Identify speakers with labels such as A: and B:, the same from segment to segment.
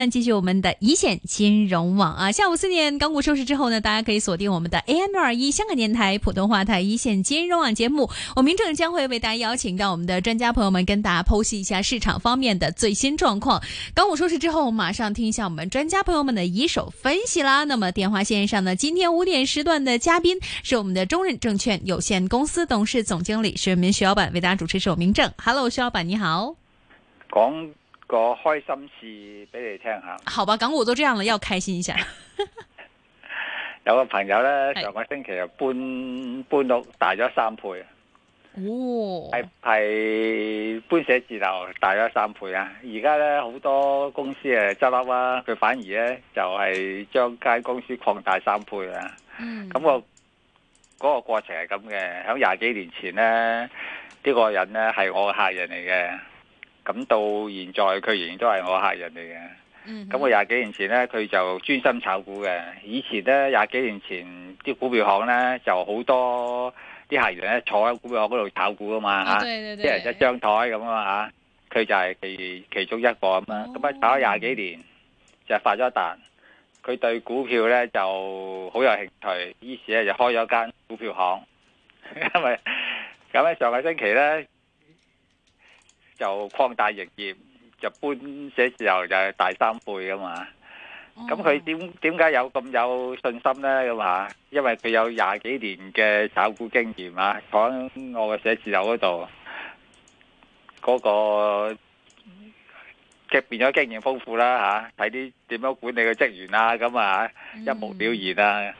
A: 继续我们的一线金融网啊，下午4点港股收市之后呢，大家可以锁定我们的 AM621 香港电台普通话台一线金融网节目。我明正将会为大家邀请到我们的专家朋友们，跟大家剖析一下市场方面的最新状况。港股收市之后，马上听一下我们专家朋友们的一手分析啦。那么电话线上呢，今天5点时段的嘉宾是我们的中润证券有限公司董事总经理徐明徐老板，为大家主持是我明正。Hello， 徐老板你好。
B: 講個開心事俾你聽下。
A: 好吧，港股都這樣了，要開心一下。
B: 有個朋友呢，上個星期就搬屋大咗3倍。
A: 哦，
B: 係搬寫字樓大咗3倍啊！而家呢，好多公司執笠啦，佢反而呢，就係將間公司擴大3倍啊。咁嗰個過程係咁嘅，喺20幾年前呢，呢個人呢係我嘅客人嚟嘅。咁到現在佢仍然都係我客人嚟嘅。咁我20幾年前呢，佢就專心炒股嘅。以前呢，20幾年前啲股票行呢，就好多啲客人呢坐喺股票行嗰度炒股啊嘛嚇，一人一張台咁啊嚇。佢就係其中一個咁樣。咁炒咗20幾年就發咗一達。佢對股票呢就好有興趣，於是呢就開咗間股票行。因為咁喺上個星期呢，就擴大營業，就搬寫字樓就係大3倍噶嘛。咁佢點解有咁有信心呢？咁啊，因為佢有20幾年嘅炒股經驗啊，坐喺我嘅寫字樓嗰度，嗰個嘅變咗經驗豐富啦嚇，睇啲點樣管理嘅職員啊，咁啊一目了然啊。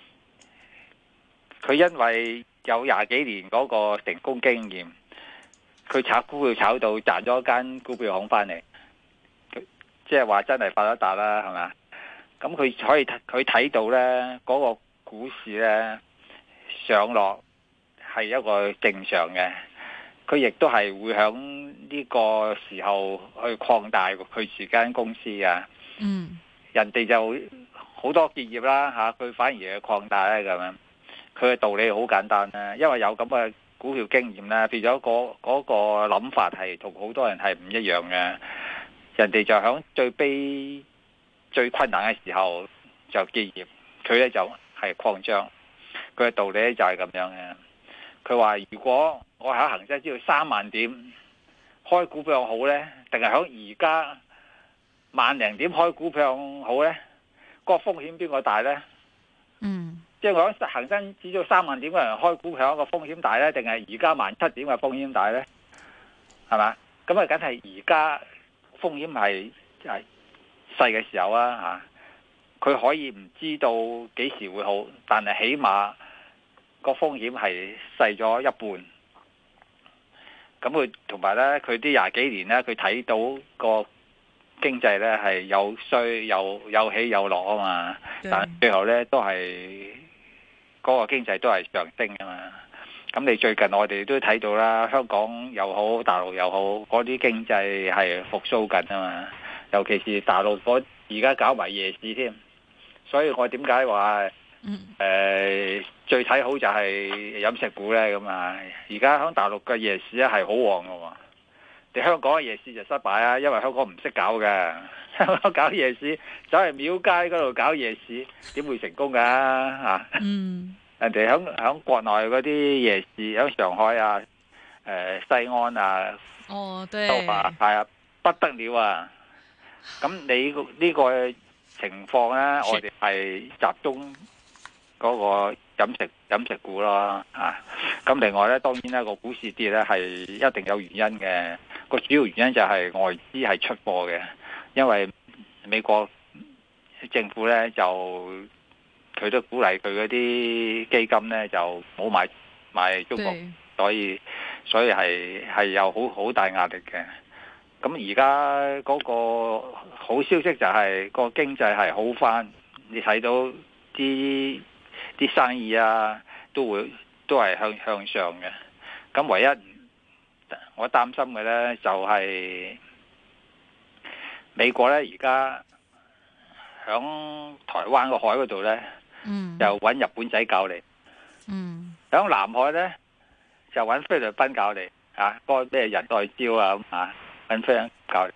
B: 佢因為有20幾年嗰個成功經驗。佢炒股票炒到賺咗間股票行翻嚟，即係話真係發咗達啦，係嘛？咁佢睇到呢嗰個股市呢上落係一個正常嘅，佢亦都係會響呢個時候去擴大佢自間公司啊。人哋就好多結業啦嚇，佢反而去擴大咧咁樣。佢嘅道理好簡單啦，因為有咁嘅股票經驗咧，變咗嗰個諗法係同好多人係唔一樣嘅。人哋就響最困難嘅時候就結業，佢咧就係擴張。佢嘅道理咧就係咁樣嘅。佢話如果我喺恒生指數3萬點開股票好呢，定係響而家1萬零點開股票好呢？個風險邊個大呢？即係我喺恒生指數3萬點嘅人開股票個風險大呢，定係而家17000點嘅風險大呢？係嘛？咁啊，梗係而家風險係細嘅時候啊嚇，佢可以唔知道幾時會好，但係起碼個風險係細咗一半。咁佢同埋呢，佢啲20幾年呢，佢睇到個經濟呢係有衰有起有落啊嘛，但最後呢都係。嗰個經濟都係上升㗎嘛，咁你最近我哋都睇到啦，香港又好，大陸又好，嗰啲經濟係復甦緊啊嘛，尤其是大陸而家搞埋夜市添，所以我點解話最睇好就係飲食股呢咁啊？而家喺大陸嘅夜市咧係好旺㗎喎，你香港嘅夜市就失敗啊，因為香港唔識搞嘅，香港搞夜市走去廟街嗰度搞夜市，點會成功㗎嚇？人哋喺國內嗰啲夜市，喺上海啊、西安啊、周華係啊，不得了啊！咁你呢個情況呢，我哋係集中嗰個飲食股咯啊！咁另外呢，當然呢個股市跌呢係一定有原因嘅，個主要原因就係外資係出貨嘅，因為美國政府呢就佢都鼓勵佢嗰啲基金呢就冇買中國，所以係有好大壓力嘅。咁而家嗰個好消息就係個經濟係好返，你睇到啲生意啊都係向上嘅。咁唯一我擔心嘅呢就係美國呢而家響台灣個海嗰度呢，就揾日本仔搞你。響南海呢，就揾菲律賓搞你啊，嗰個咩人代礁啊咁啊，揾菲律賓搞你。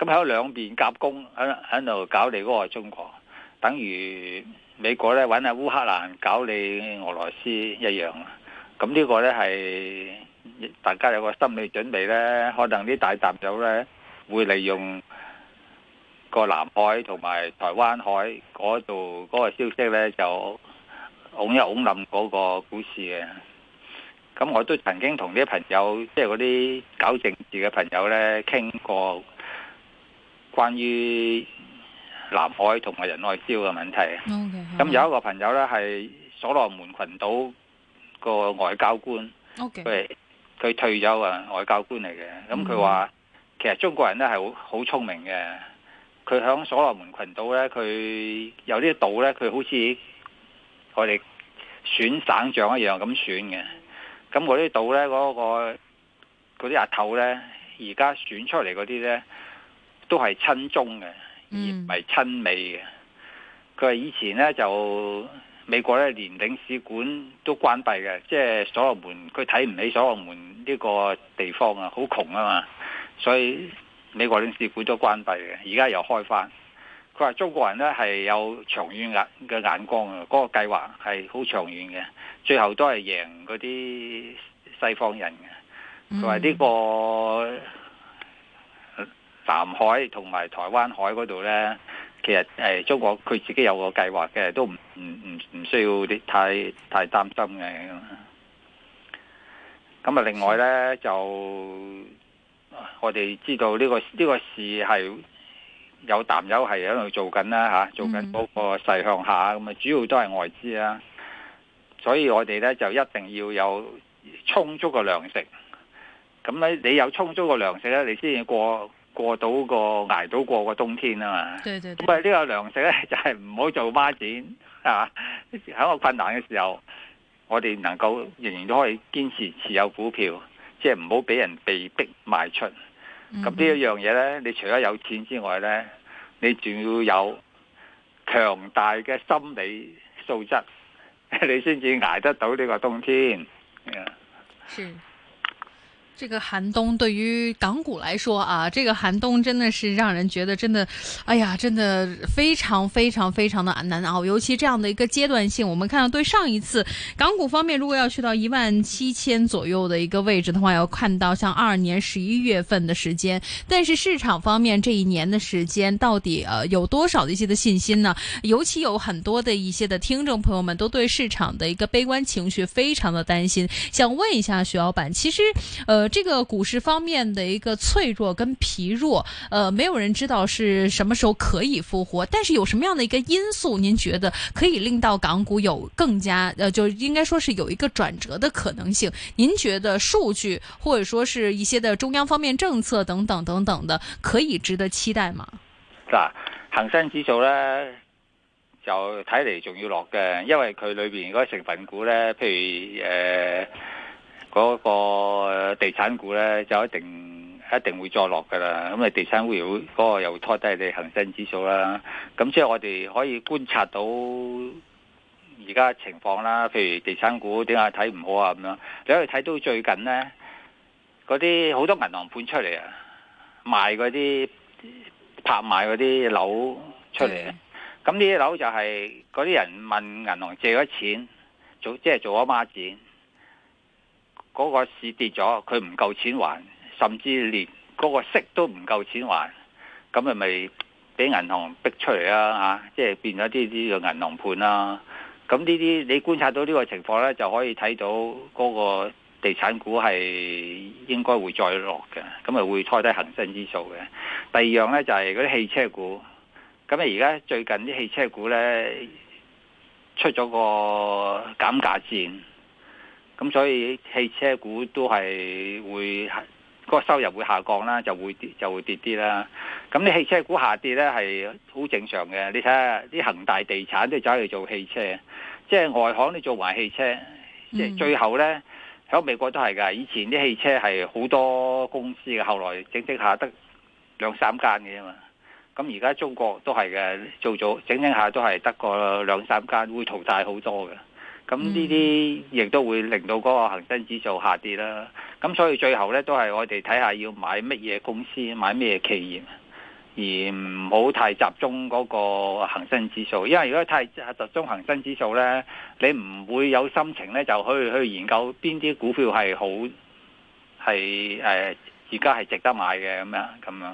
B: 咁喺兩邊夾攻喺度搞你嗰個中國，等於美國咧揾下烏克蘭搞你俄羅斯一樣。咁呢個咧係大家有個心理準備咧，可能啲大淡友咧會利用個南海同埋台灣海嗰度嗰個消息咧，就拱一拱冧嗰個股市嘅。咁我都曾經同啲朋友，即係嗰啲搞政治嘅朋友咧，傾過關於南海同埋人愛礁嘅問題。咁有一個朋友咧係所羅門群島個外交官，佢退休啊，外交官嚟嘅。咁佢話其實中國人咧係好聰明嘅。佢響所羅門群島咧，佢有啲島咧，佢好似我哋選省長一樣咁選嘅。咁嗰啲島咧，嗰啲阿頭咧，而家選出嚟嗰啲咧，都係親中嘅，而唔係親美嘅。佢話以前咧就美國咧連領事館都關閉嘅，即係所羅門，佢睇唔起所羅門呢個地方啊，好窮啊嘛，所以美國領事館都關閉嘅。而家又開翻。佢話中國人咧係有長遠嘅眼光啊，嗰個計劃係好長遠嘅，最後都係贏嗰啲西方人嘅。佢話呢個南海同埋台灣海嗰度咧，其實中國佢自己有個計劃嘅，都唔需要啲太擔心嘅。咁啊，另外咧就我哋知道呢個市係有淡友係喺度做緊啦嚇，做緊嗰個勢向下，咁啊主要都係外資啦，所以我哋咧就一定要有充足嘅糧食。咁咧你有充足嘅糧食咧，你先至過到捱到過個冬天啊嘛。對。咁啊呢個糧食咧就係唔好做孖展啊！喺個困難嘅時候，我哋能夠仍然都可以堅持持有股票，即係唔好俾人被逼賣出。咁呢一樣嘢呢，你除咗有錢之外呢，你仲要有強大嘅心理素質，你先至捱得到呢個冬天。
A: 是。這個寒冬對於港股來說啊，這個寒冬真的是讓人覺得真的，哎呀，真的非常非常非常的難熬。尤其這樣的一個階段性，我們看到對上一次港股方面，如果要去到17000左右的一個位置的話，要看到像22年11月份的時間。但是市場方面這一年的時間到底有多少的一些的信心呢？尤其有很多的一些的聽眾朋友們都對市場的一個悲觀情緒非常的擔心。想問一下徐老闆，其實這個股市方面的一個脆弱跟疲弱，沒有人知道是什麼時候可以復活，但是有什麼樣的一個因素，您覺得可以令到港股有更加就應該說是有一個轉折的可能性？您覺得數據或者說是一些的中央方面政策等等等等的，可以值得期待嗎？嗱，恒生指數呢，就睇嚟仲要落嘅，因為佢裏邊嗰個成分股呢，譬如嗰個地產股咧就一定會再落㗎啦，咁啊地產股嗰個又拖低你恒生指數啦，咁即係我哋可以觀察到而家情況啦，譬如地產股點解睇唔好啊咁樣，你可以睇到最近呢，嗰啲好多銀行盤出嚟啊，賣嗰啲拍賣嗰啲樓出嚟啊，咁呢啲樓就係嗰啲人問銀行借咗錢，即係做咗孖展。嗰個市跌咗，佢唔夠錢還，甚至連嗰個息都唔夠錢還，咁咪俾銀行逼出嚟啦嚇，即係變咗啲嘅銀行盤啦。咁呢啲你觀察到呢個情況呢，就可以睇到嗰個地產股係應該會再落嘅，咁咪會拖低恒生指數嘅。第二樣呢，就係嗰啲汽車股，咁啊而家最近啲汽車股呢，出咗個減價戰。咁所以汽車股都係會個收入會下降啦，就會跌啲啦。咁啲汽車股下跌咧係好正常嘅。你睇下啲恒大地產都走去做汽車，即係外行都做埋汽車，即係最後咧喺美國都係㗎。以前啲汽車係好多公司嘅，後來整下得2-3間嘅啫嘛。咁而家中國都係嘅，做整下都係得個2-3間，會淘汰好多嘅。咁呢啲亦都會令到嗰個恒生指數下跌啦。咁所以最後呢，都係我哋睇下要買乜嘢公司，買咩企業。
B: 而唔好太集中嗰個恒生指數，因為如果太集中恒生指數呢，你唔會有心情呢，就去研究邊啲股票係好，係而家係值得買嘅咁樣。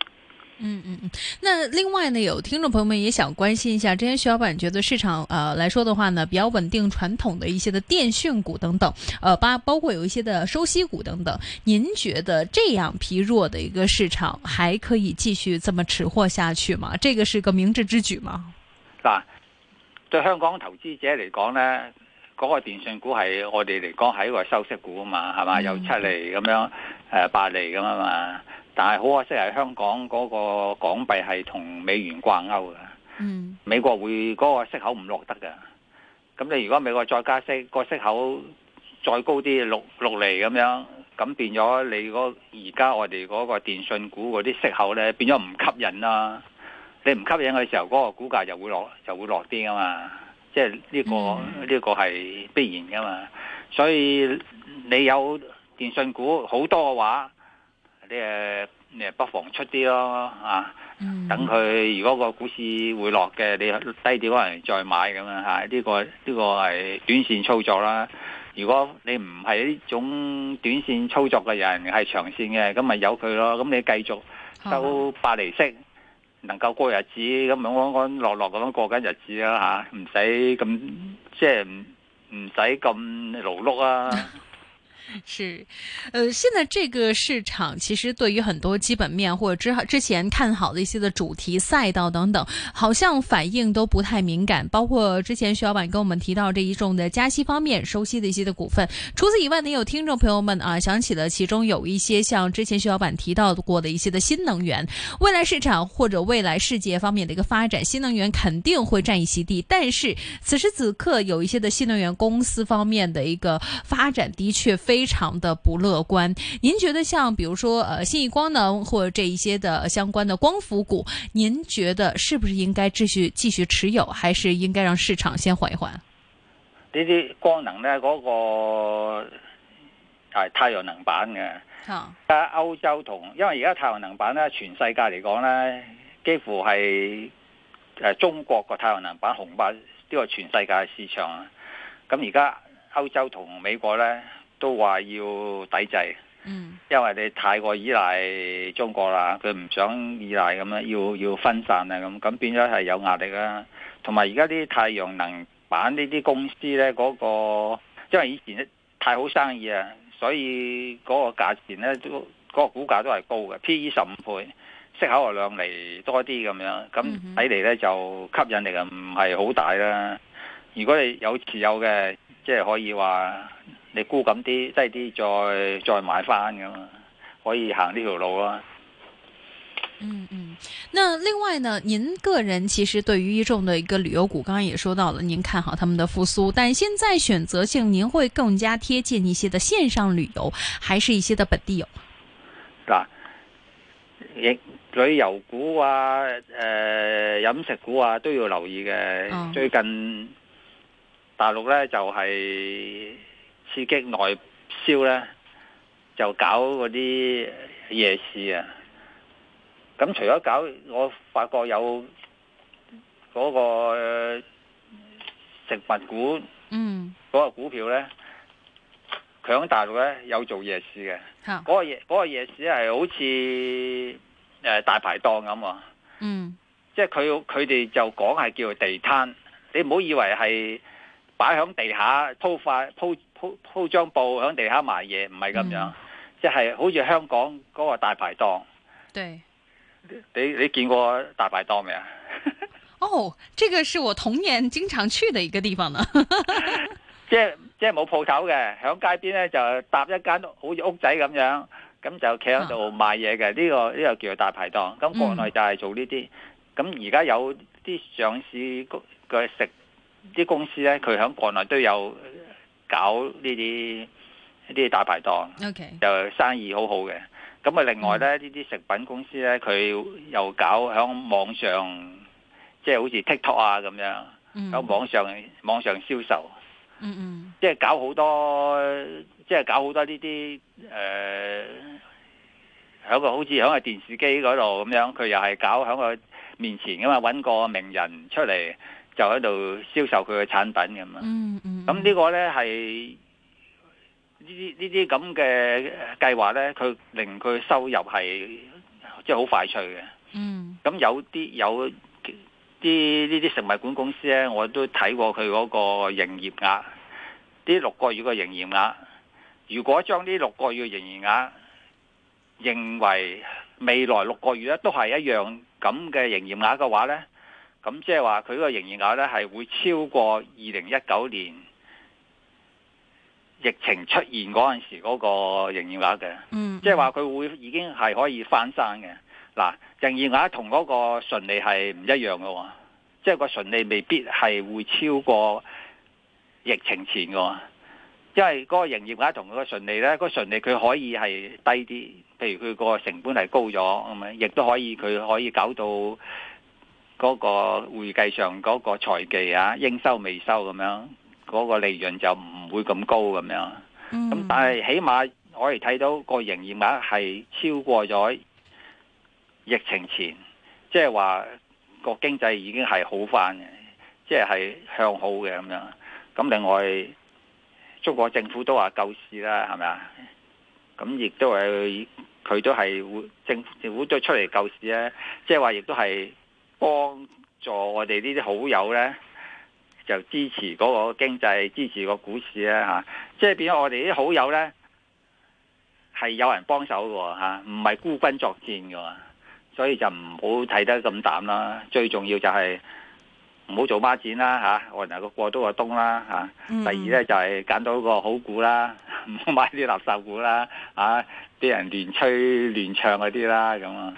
A: 那另外呢，有聽眾朋友們也想關心一下，之前徐老闆覺得市場來說的話呢，比較穩定傳統的一些的電訊股等等，包括有一些的收息股等等，您覺得這樣疲弱的一個市場還可以繼續這麼持貨下去嗎？這個是個明智之舉嗎？
B: 嗱，對香港投資者嚟講呢，嗰個電訊股係我哋嚟講係一個收息股啊嘛，係嘛，有7厘咁樣，8厘咁啊嘛。但係好可惜係香港嗰個港幣係同美元掛鈎嘅，美國會嗰個息口唔落得㗎。咁你如果美國再加息，個息口再高啲六厘咁樣，咁變咗你而家我哋嗰個電訊股嗰啲息口呢，變咗唔吸引啦。你唔吸引嘅時候，嗰個股價就會落啲噶嘛。即係呢個係必然噶嘛。所以你有電訊股好多嘅話，你不妨出啲咯等佢如果個股市回落嘅，你低啲可能再買咁樣呢個係短線操作啦。如果你唔係呢種短線操作嘅人，係長線嘅，咁咪由佢咯。咁你繼續收8厘息，能夠過日子咁樣安安樂樂咁樣過緊日子啦唔使咁即係唔使咁勞碌啊。
A: 是，現在這個市場其實對於很多基本面或者之前看好的一些的主題賽道等等，好像反應都不太敏感。包括之前徐老闆跟我們提到這一種的加息方面收息的一些的股份。除此以外呢，有聽眾朋友們想起了其中有一些像之前徐老闆提到過的一些的新能源，未來市場或者未來世界方面的一個發展，新能源肯定會佔一席地。但是此時此刻有一些的新能源公司方面的一個發展的確非常的不樂觀。您覺得像比如說信義光能或者這一些的相關的光伏股，您覺得是不是應該繼續持有，還是應該讓市場先緩一緩？呢
B: 啲光能呢，嗰個係太陽能板嘅。而家歐洲因為而家太陽能板呢，全世界嚟講呢，幾乎係中國個太陽能板紅霸呢個全世界市場。咁而家歐洲同美國呢，都話要抵制，因為你太過依賴中國啦，佢唔想依賴咁樣，要分散啊咁變咗係有壓力啦。同埋而家啲太陽能板呢啲公司呢，因為以前太好生意啊，所以嗰個價錢呢，嗰個股價都係高嘅，PE 15倍，息口係2厘多啲咁樣，咁睇嚟呢，就吸引力啊唔係好大啦。如果你有持有嘅，即係可以話你沽咁啲低啲再買翻咁嘛，可以行呢條路咯。
A: 那另外呢，您個人其實對於一眾的一個旅遊股，剛剛也說到了，您看好他們的復甦，但現在選擇性，您會更加貼近一些的線上旅遊，還是一些的本地遊？
B: 嗱，旅遊股啊，飲食股啊都要留意嘅。最近大陸呢，就係刺激內銷呢，就搞嗰啲夜市啊。咁除咗搞，我發覺有嗰個食物股，嗰個股票呢，佢喺大陸呢有做夜市嘅。嗰個夜市係好似大排檔咁啊。即係佢哋就講係叫做地攤，你唔好以為係擺喺地下鋪張布喺地下賣嘢，唔係咁樣。即係好似香港嗰個大排檔。
A: 對。
B: 你見過大排檔未啊？
A: 哦，這個是我童年經常去的一個地方呢。
B: 即係冇鋪頭嘅，喺街邊咧就搭一間好似屋仔咁樣，咁就企喺度賣嘢嘅。呢個叫做大排檔。咁國內就係做呢啲。咁而家有啲上市嘅食啲公司咧，佢喺國內都有搞呢啲大排檔。
A: OK，
B: 就生意好好嘅。咁啊，另外咧，呢啲食品公司咧，佢又搞喺網上，即係好似 TikTok 啊咁樣，喺網上銷售，即係搞好多呢啲喺個好似喺個電視機嗰度咁樣，佢又係搞喺個面前噶嘛，揾個名人出嚟就喺度銷售佢嘅產品咁啊。咁呢個呢係呢啲咁嘅計劃呢，佢令佢收入係即係好快脆嘅。咁有啲呢啲食物管公司呢，我都睇過佢嗰個營業額，呢6個月嘅營業額。如果將呢6個月嘅營業額認為未來6個月咧都係一樣咁嘅營業額嘅話呢，咁即係話佢個營業額呢係會超過2019年疫情出現嗰陣時嗰個營業額嘅。即係話佢會已經係可以翻生嘅。嗱，營業額同嗰個純利係唔一樣嘅，即係個純利未必係會超過疫情前嘅，因為嗰個營業額同嗰個純利呢，嗰個純利佢可以係低啲，譬如佢個成本係高咗咁樣，亦都佢可以搞到嗰個會計上嗰個財技啊應收未收咁樣，嗰個利潤就唔會咁高咁樣。咁但係起碼我哋睇到個營業額係超過咗疫情前，即係話個經濟已經係好翻嘅，即係向好嘅咁樣。咁另外中國政府都話救市啦，係咪啊？咁亦都係佢都係政府都出嚟救市咧，即係話亦都係幫助我哋呢啲好友呢，就支持嗰個經濟，支持個股市咧嚇。即係變咗我哋啲好友呢，係有人幫手嘅嚇，唔係孤軍作戰嘅。所以就唔好睇得咁淡啦，最重要就係唔好做孖展啦嚇，我哋過多個冬啦嚇。第二呢，就係揀到個好股啦，唔好買啲垃圾股啦嚇，啲人亂吹亂唱嗰啲啦咁啊。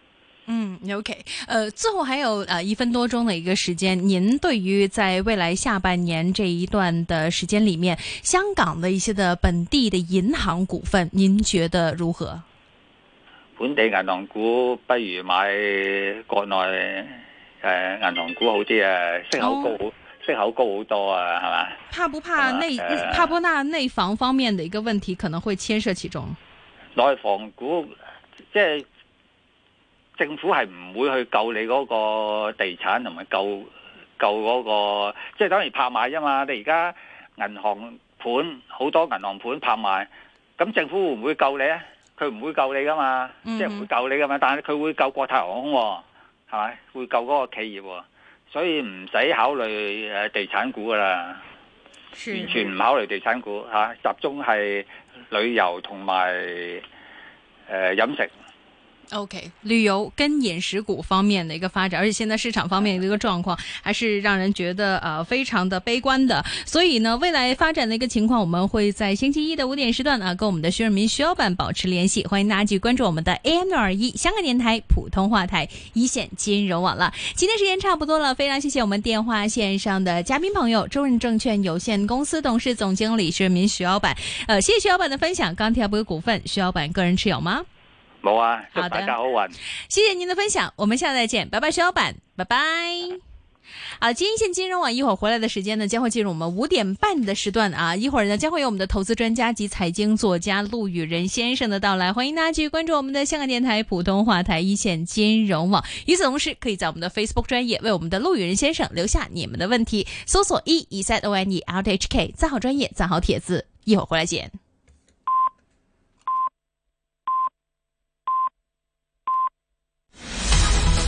A: OK， 最後還有1分多鐘的一個時間，您對於在未來下半年這一段的時間裏面，香港的一些的本地的銀行股份，您覺得如何？
B: 本地銀行股不如買國內銀行股好啲啊，息口高好多啊，係嘛？
A: 怕不怕內房方面的一個問題可能會牽涉其中？
B: 內房股即係政府係唔會去救你嗰個地產同埋救嗰個，即係等於拍賣啫嘛。你而家銀行盤好多銀行盤拍賣，咁政府會唔會救你啊？佢唔會救你噶嘛，即係唔會救你噶嘛，但係佢會救國泰航空喎，係咪？會救嗰個企業喎，所以唔使考慮地產股噶啦，完全唔考慮地產股嚇，集中係旅遊同埋飲食。
A: OK， 旅遊跟飲食股方面的一個發展，而且現在市場方面的一個狀況，還是讓人覺得非常的悲觀的。所以呢，未來發展的一個情況，我們會在星期一的5點時段跟我們的徐潤民徐老闆保持聯繫。歡迎大家繼續關注我們的 AM621 香港電台普通話台一線金融網了。今天時間差不多了，非常謝謝我們電話線上的嘉賓朋友，中潤證券有限公司董事總經理徐潤民徐老闆。謝謝徐老闆的分享。鋼鐵股股份，徐老闆個人持有嗎？
B: 冇啊，祝大家好運。
A: 謝謝您的分享，我們下次再見，拜拜，徐老闆，拜拜。好，今天一線金融網一會兒回來的時間呢，將會進入我們5點半的時段啊，一會兒呢將會有我們的投資專家及財經作家陸羽仁先生的到來，歡迎大家繼續關注我們的香港電台普通話台一線金融網。與此同時，可以在我們的 Facebook 專頁為我們的陸羽仁先生留下你們的問題，搜索1ZONE RTHK， 讚好專業，讚好帖子，一會兒回來見。